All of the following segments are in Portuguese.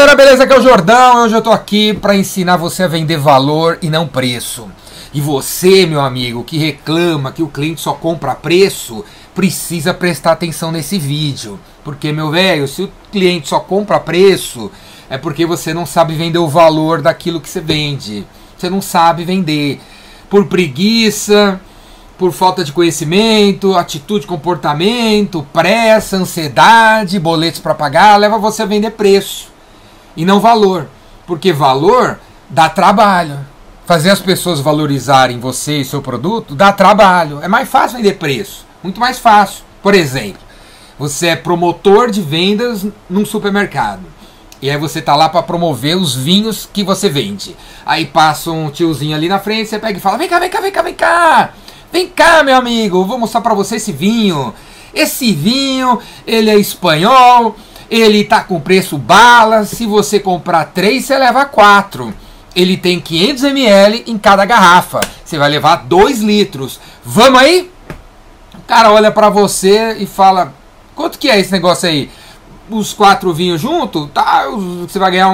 galera, beleza? Aqui é o Jordão. Hoje eu tô aqui para ensinar você a vender valor e não preço. E você, meu amigo, que reclama que o cliente só compra preço, precisa prestar atenção nesse vídeo. Porque, meu velho, se o cliente só compra preço, é porque você não sabe vender o valor daquilo que você vende. Você não sabe vender. Por preguiça, por falta de conhecimento, atitude, comportamento, pressa, ansiedade, boletos para pagar, leva você a vender preço e não valor. Porque valor dá trabalho. Fazer as pessoas valorizarem você e seu produto dá trabalho. É mais fácil vender preço, muito mais fácil. Por exemplo, você é promotor de vendas num supermercado. E aí você tá lá para promover os vinhos que você vende. Aí passa um tiozinho ali na frente, você pega e fala: vem cá, vem cá, vem cá, vem cá. Vem cá, meu amigo, vou mostrar para você esse vinho. Esse vinho, ele é espanhol, ele tá com preço bala. Se você comprar 3, você leva 4. Ele tem 500 ml em cada garrafa. Você vai levar 2 litros. Vamos aí? O cara olha para você e fala: quanto que é esse negócio aí? Os 4 vinhos junto? Tá, você vai ganhar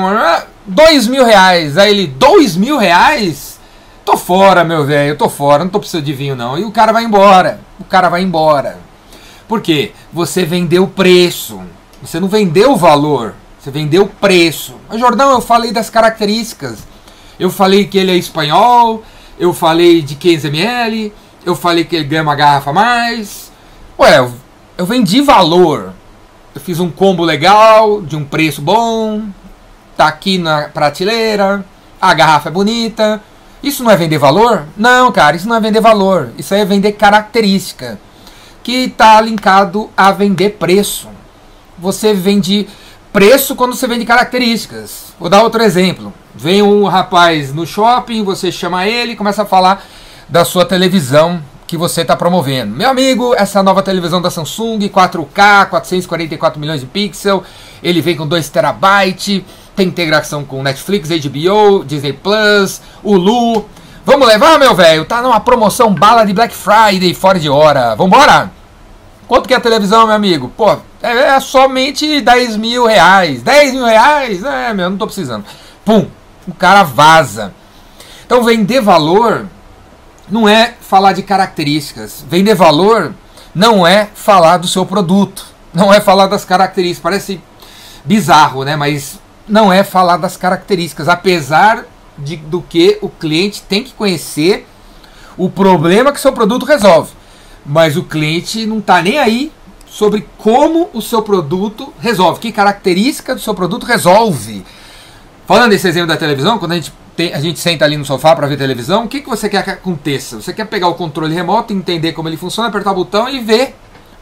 R$2.000. Aí ele: R$2.000? Tô fora, meu velho, tô fora, não tô precisando de vinho não. E o cara vai embora. O cara vai embora. Por quê? Você vendeu o preço. Você não vendeu o valor. Você vendeu o preço. Mas, Jordão, eu falei das características. Eu falei que ele é espanhol. Eu falei de 500 ml. Eu falei que ele ganha uma garrafa a mais. Ué, eu vendi valor. Eu fiz um combo legal, de um preço bom. Tá aqui na prateleira. A garrafa é bonita. Isso não é vender valor? Não, cara, isso não é vender valor. Isso aí é vender característica, que está linkado a vender preço. Você vende preço quando você vende características. Vou dar outro exemplo. Vem um rapaz no shopping, você chama ele e começa a falar da sua televisão que você está promovendo. Meu amigo, essa nova televisão da Samsung, 4K, 444 milhões de pixels, ele vem com 2 terabytes, tem integração com Netflix, HBO, Disney Plus, Hulu. Vamos levar, meu velho? Tá numa promoção bala de Black Friday, fora de hora. Vambora? Quanto que é a televisão, meu amigo? Pô, é somente R$10.000. R$10.000? É, meu, não tô precisando. Pum, o cara vaza. Então, vender valor não é falar de características. Vender valor não é falar do seu produto. Não é falar das características. Parece bizarro, né? Mas não é falar das características. Apesar do que o cliente tem que conhecer o problema que seu produto resolve. Mas o cliente não está nem aí sobre como o seu produto resolve. Que característica do seu produto resolve. Falando desse exemplo da televisão, quando a gente senta ali no sofá para ver televisão, o que você quer que aconteça? Você quer pegar o controle remoto, entender como ele funciona, apertar o botão e ver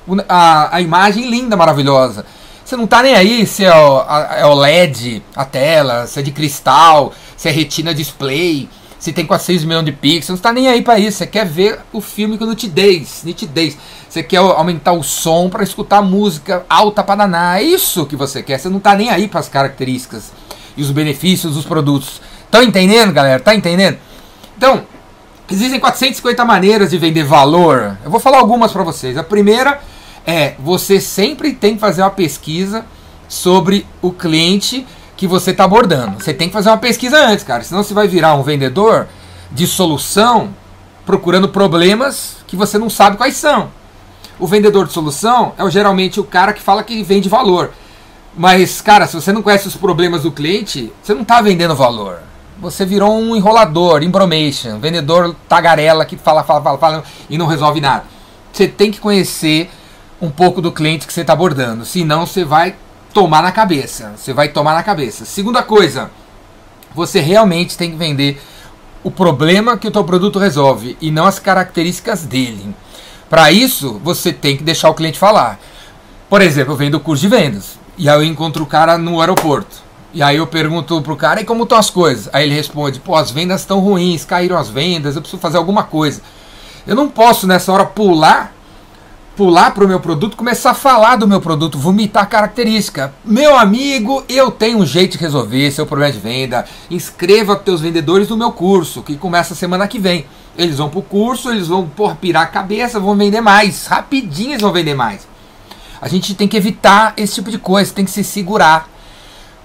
a imagem linda, maravilhosa. Você não está nem aí se é OLED a tela, se é de cristal, se é retina display, se tem 400 milhões de pixels. Você não está nem aí para isso. Você quer ver o filme com nitidez. Você quer aumentar o som para escutar música alta para danar. É isso que você quer. Você não está nem aí para as características e os benefícios dos produtos. Estão entendendo, galera? Tá entendendo? Então, existem 450 maneiras de vender valor. Eu vou falar algumas para vocês. A primeira é: você sempre tem que fazer uma pesquisa sobre o cliente que você está abordando. Você tem que fazer uma pesquisa antes, cara. Senão você vai virar um vendedor de solução procurando problemas que você não sabe quais são. O vendedor de solução é geralmente o cara que fala que vende valor. Mas, cara, se você não conhece os problemas do cliente, você não está vendendo valor. Você virou um enrolador, embromation, vendedor tagarela que fala e não resolve nada. Você tem que conhecer um pouco do cliente que você está abordando, senão você vai tomar na cabeça. Segunda coisa, você realmente tem que vender o problema que o teu produto resolve e não as características dele. Para isso, você tem que deixar o cliente falar. Por exemplo, eu vendo curso de vendas e aí eu encontro o cara no aeroporto. E aí eu pergunto pro cara: e como estão as coisas? Aí ele responde: pô, as vendas estão ruins, caíram as vendas, eu preciso fazer alguma coisa. Eu não posso nessa hora pular para o meu produto, começar a falar do meu produto, vomitar característica. Meu amigo, eu tenho um jeito de resolver seu problema de venda. Inscreva teus vendedores no meu curso, que começa semana que vem. Eles vão pro curso, eles vão pirar a cabeça, vão vender mais. Rapidinho eles vão vender mais. A gente tem que evitar esse tipo de coisa, tem que se segurar.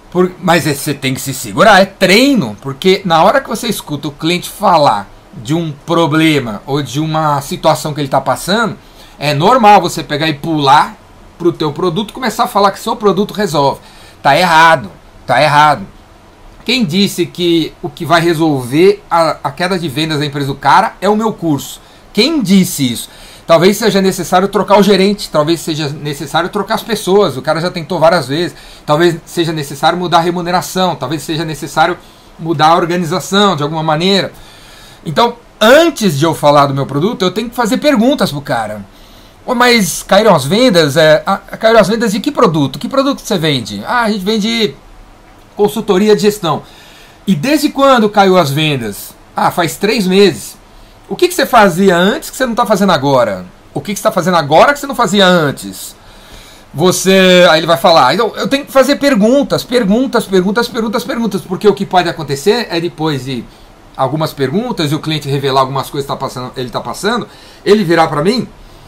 Mas você tem que se segurar, é treino, porque na hora que você escuta o cliente falar de um problema ou de uma situação que ele está passando, é normal você pegar e pular para o teu produto e começar a falar que seu produto resolve. Tá errado, tá errado. Quem disse que o que vai resolver a queda de vendas da empresa do cara é o meu curso? Quem disse isso? Talvez seja necessário trocar o gerente, talvez seja necessário trocar as pessoas, o cara já tentou várias vezes, talvez seja necessário mudar a remuneração, talvez seja necessário mudar a organização de alguma maneira. Então, antes de eu falar do meu produto, eu tenho que fazer perguntas pro cara. Mas caíram as vendas? Caíram as vendas de que produto? Que produto você vende? A gente vende consultoria de gestão. E desde quando caiu as vendas? Faz 3 meses. O que você fazia antes que você não está fazendo agora? O que você está fazendo agora que você não fazia antes? Aí ele vai falar, então, eu tenho que fazer perguntas, porque o que pode acontecer é depois de algumas perguntas e o cliente revelar algumas coisas que ele está passando, ele virar para mim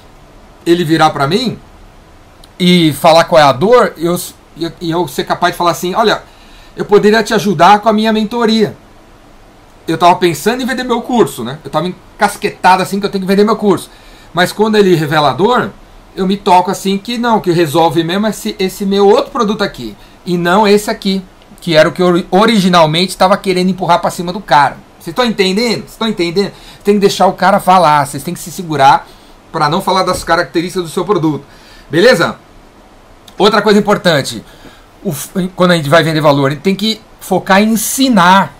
e falar qual é a dor, e eu ser capaz de falar assim, olha, eu poderia te ajudar com a minha mentoria. Eu estava pensando em vender meu curso, né? Eu estava encasquetado assim que eu tenho que vender meu curso. Mas quando ele revela a dor, eu me toco assim que não, que resolve mesmo esse meu outro produto aqui. E não esse aqui, que era o que eu originalmente estava querendo empurrar para cima do cara. Vocês estão entendendo? Tem que deixar o cara falar, vocês têm que se segurar para não falar das características do seu produto. Beleza? Outra coisa importante, quando a gente vai vender valor, a gente tem que focar em ensinar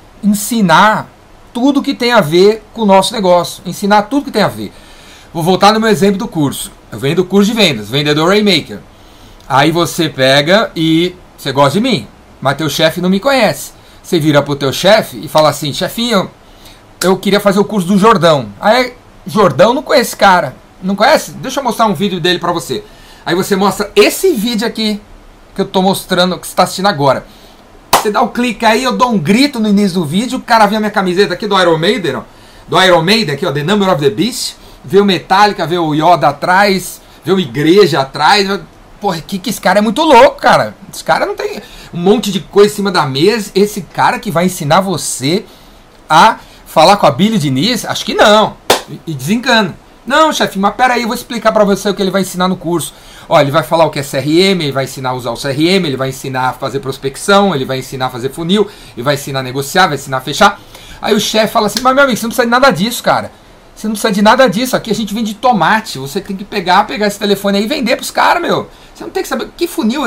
tudo que tem a ver com o nosso negócio. Ensinar tudo que tem a ver. Vou voltar no meu exemplo do curso. Eu vendo o curso de vendas, Vendedor Rainmaker. Aí você pega e você gosta de mim, mas teu chefe não me conhece. Você vira pro teu chefe e fala assim, chefinho, eu queria fazer o curso do Jordão. Aí, Jordão, não conhece esse cara. Não conhece? Deixa eu mostrar um vídeo dele pra você. Aí você mostra esse vídeo aqui que eu tô mostrando, que você está assistindo agora. Você dá o clique aí, eu dou um grito no início do vídeo, o cara vê a minha camiseta aqui do Iron Maiden, ó. Do Iron Maiden aqui, ó, The Number of the Beast. Vê o Metallica, vê o Yoda atrás, vê o Igreja atrás. Porra, que esse cara é muito louco, cara. Esse cara não tem um monte de coisa em cima da mesa. Esse cara que vai ensinar você a falar com a Billie Diniz? Acho que não. E desencana. Não, chefe, mas peraí, eu vou explicar pra você o que ele vai ensinar no curso. Ó, ele vai falar o que é CRM, ele vai ensinar a usar o CRM, ele vai ensinar a fazer prospecção, ele vai ensinar a fazer funil, ele vai ensinar a negociar, vai ensinar a fechar. Aí o chefe fala assim, mas meu amigo, você não precisa de nada disso, cara. Você não precisa de nada disso, aqui a gente vende tomate, você tem que pegar esse telefone aí e vender pros caras, meu. Você não tem que saber, que funil,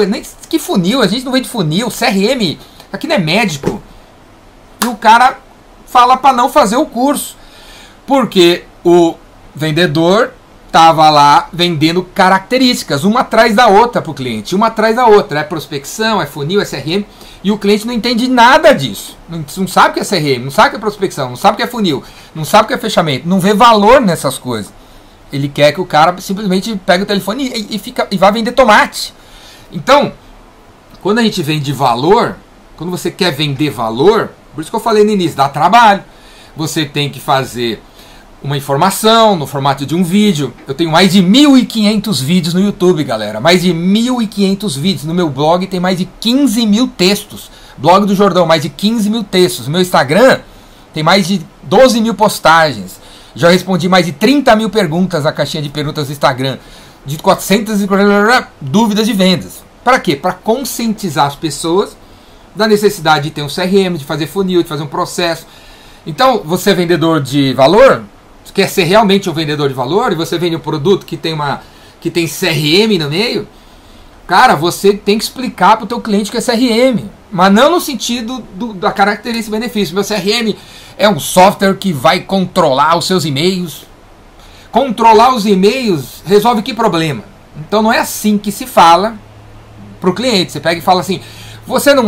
a gente não vende funil, CRM, aqui não é médico. E o cara fala pra não fazer o curso, porque o vendedor estava lá vendendo características, uma atrás da outra para o cliente, uma atrás da outra. É prospecção, é funil, é CRM, e o cliente não entende nada disso. Não sabe o que é CRM, não sabe o que é prospecção, não sabe o que é funil, não sabe o que é fechamento, não vê valor nessas coisas. Ele quer que o cara simplesmente pegue o telefone e vá vender tomate. Então, quando a gente vende valor, quando você quer vender valor, por isso que eu falei no início, dá trabalho. Você tem que fazer uma informação no formato de um vídeo. Eu tenho mais de 1.500 vídeos no YouTube, galera. Mais de 1.500 vídeos. No meu blog tem mais de 15 mil textos. Blog do Jordão, mais de 15 mil textos. No meu Instagram tem mais de 12 mil postagens. Já respondi mais de 30 mil perguntas na caixinha de perguntas do Instagram. De 400 dúvidas de vendas. Para quê? Para conscientizar as pessoas da necessidade de ter um CRM, de fazer funil, de fazer um processo. Então, você é vendedor de valor, quer ser realmente um vendedor de valor, e você vende um produto que tem CRM no meio, cara, você tem que explicar para o teu cliente que é CRM, mas não no sentido da característica e benefício. Meu CRM é um software que vai controlar os seus e-mails. Controlar os e-mails resolve que problema? Então não é assim que se fala para o cliente. Você pega e fala assim, você não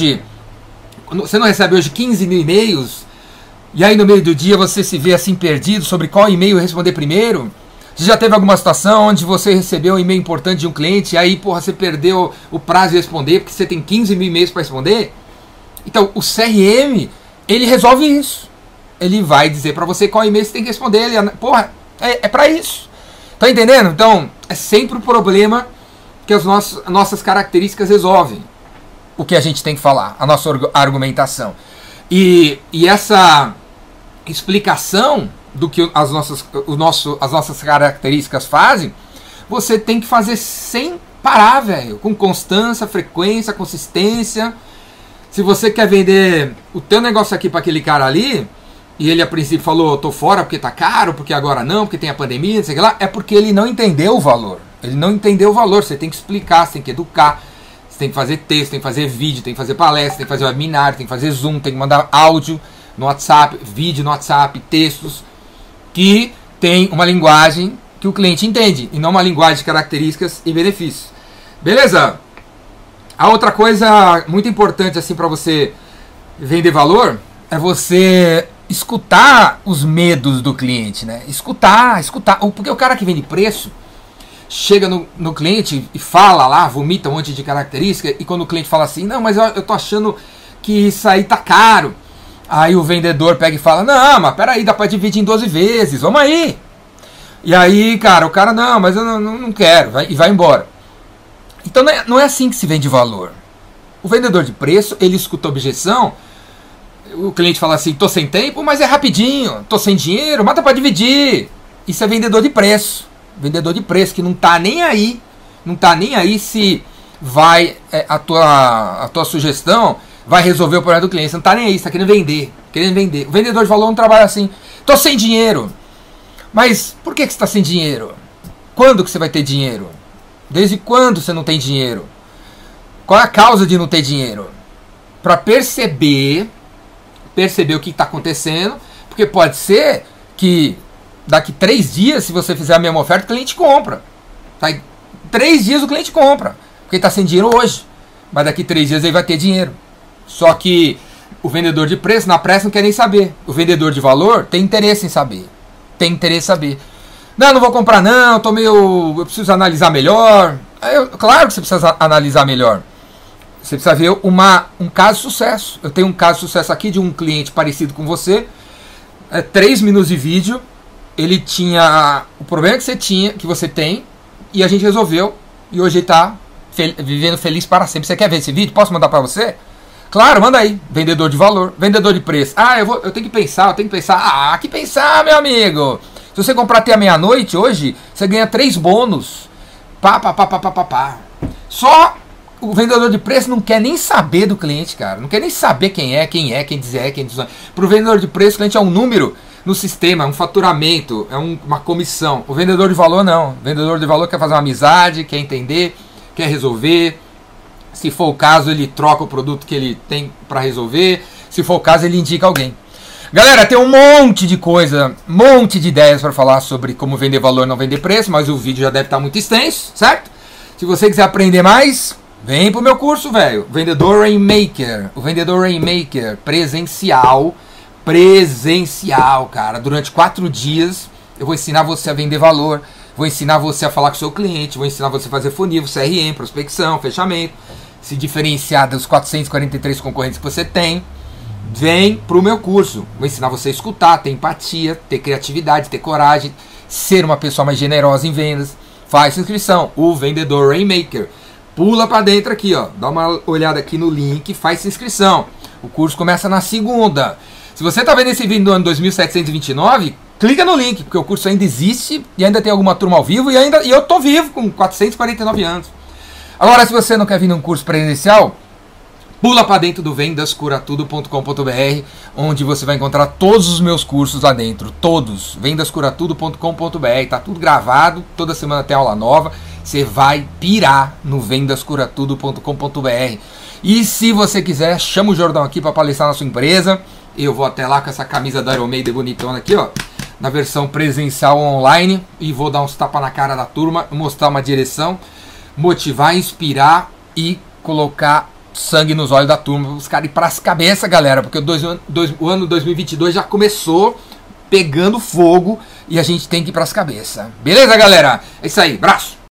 recebe hoje 15 mil e-mails, e aí no meio do dia você se vê assim perdido sobre qual e-mail responder primeiro? Você já teve alguma situação onde você recebeu um e-mail importante de um cliente e aí você perdeu o prazo de responder porque você tem 15 mil e-mails para responder? Então o CRM, ele resolve isso. Ele vai dizer para você qual e-mail você tem que responder. É para isso. Tá entendendo? Então é sempre o problema que as nossas características resolvem. o que a gente tem que falar, a nossa argumentação. E essa explicação do que as nossas características fazem, você tem que fazer sem parar, velho, com constância, frequência, consistência. Se você quer vender o teu negócio aqui para aquele cara ali, e ele a princípio falou, tô fora porque tá caro, porque agora não, porque tem a pandemia, não sei o que lá, é porque ele não entendeu o valor. Ele não entendeu o valor, você tem que explicar, você tem que educar, você tem que fazer texto, tem que fazer vídeo, tem que fazer palestra, tem que fazer webinar, tem que fazer Zoom, tem que mandar áudio no WhatsApp, vídeo no WhatsApp, textos que tem uma linguagem que o cliente entende, e não uma linguagem de características e benefícios. Beleza? A outra coisa muito importante assim para você vender valor é você escutar os medos do cliente, né? Escutar. Porque o cara que vende preço chega no cliente e fala lá, vomita um monte de característica, e quando o cliente fala assim, não, mas eu tô achando que isso aí tá caro. Aí o vendedor pega e fala, não, mas peraí, dá pra dividir em 12 vezes, vamos aí. E aí, cara, o cara, não, mas eu não quero, e vai embora. Então não é assim que se vende valor. O vendedor de preço, ele escuta a objeção, o cliente fala assim, tô sem tempo, mas é rapidinho, tô sem dinheiro, mas dá pra dividir. Isso é vendedor de preço. Vendedor de preço que não tá nem aí se vai a tua sugestão vai resolver o problema do cliente. Você não tá nem aí, você tá querendo vender. O vendedor de valor não trabalha assim. Tô sem dinheiro. Mas por que você está sem dinheiro? Quando que você vai ter dinheiro? Desde quando você não tem dinheiro? Qual é a causa de não ter dinheiro? Para perceber o que está acontecendo, porque pode ser que daqui 3 dias, se você fizer a mesma oferta, o cliente compra. Tá? 3 dias o cliente compra, porque ele está sem dinheiro hoje, mas daqui 3 dias ele vai ter dinheiro. Só que o vendedor de preço, na pressa, não quer nem saber. O vendedor de valor tem interesse em saber. Não vou comprar não, eu preciso analisar melhor. Claro que você precisa analisar melhor. Você precisa ver um caso de sucesso. Eu tenho um caso de sucesso aqui de um cliente parecido com você. 3 minutos de vídeo. Ele tinha o problema que você tem, e a gente resolveu. E hoje ele está vivendo feliz para sempre. Você quer ver esse vídeo? Posso mandar para você? Claro, manda aí. Vendedor de valor, vendedor de preço. Eu tenho que pensar. Que pensar, meu amigo? Se você comprar até a meia-noite hoje, você ganha 3 bônus. Só o vendedor de preço não quer nem saber do cliente, cara. Não quer nem saber quem diz. Para o vendedor de preço, o cliente é um número no sistema, é um faturamento, é uma comissão. O vendedor de valor não. O vendedor de valor quer fazer uma amizade, quer entender, quer resolver. Se for o caso, ele troca o produto que ele tem para resolver. Se for o caso, ele indica alguém. Galera, tem um monte de coisa, um monte de ideias para falar sobre como vender valor e não vender preço, mas o vídeo já deve estar muito extenso, certo? Se você quiser aprender mais, vem pro meu curso, velho. Vendedor Rainmaker. O Vendedor Rainmaker presencial, cara. Durante 4 dias eu vou ensinar você a vender valor, vou ensinar você a falar com o seu cliente, vou ensinar você a fazer funil, CRM, prospecção, fechamento, se diferenciar dos 443 concorrentes que você tem. Vem pro meu curso. Vou ensinar você a escutar, ter empatia, ter criatividade, ter coragem, ser uma pessoa mais generosa em vendas. Faz inscrição. O Vendedor Rainmaker. Pula pra dentro aqui, ó. Dá uma olhada aqui no link, faz inscrição. O curso começa na segunda. Se você tá vendo esse vídeo no ano 2729, clica no link, porque o curso ainda existe e ainda tem alguma turma ao vivo e eu tô vivo com 449 anos. Agora, se você não quer vir num curso presencial, pula para dentro do vendascuratudo.com.br, onde você vai encontrar todos os meus cursos lá dentro. Todos. vendascuratudo.com.br. Tá tudo gravado. Toda semana tem aula nova. Você vai pirar no vendascuratudo.com.br. E se você quiser, chama o Jordão aqui para palestrar na sua empresa. Eu vou até lá com essa camisa da Iron Maiden bonitona aqui, ó, na versão presencial online. E vou dar uns tapas na cara da turma, mostrar uma direção, motivar, inspirar e colocar sangue nos olhos da turma, os caras ir pras cabeças, galera, porque o ano 2022 já começou pegando fogo e a gente tem que ir pras cabeças. Beleza, galera? É isso aí, abraço!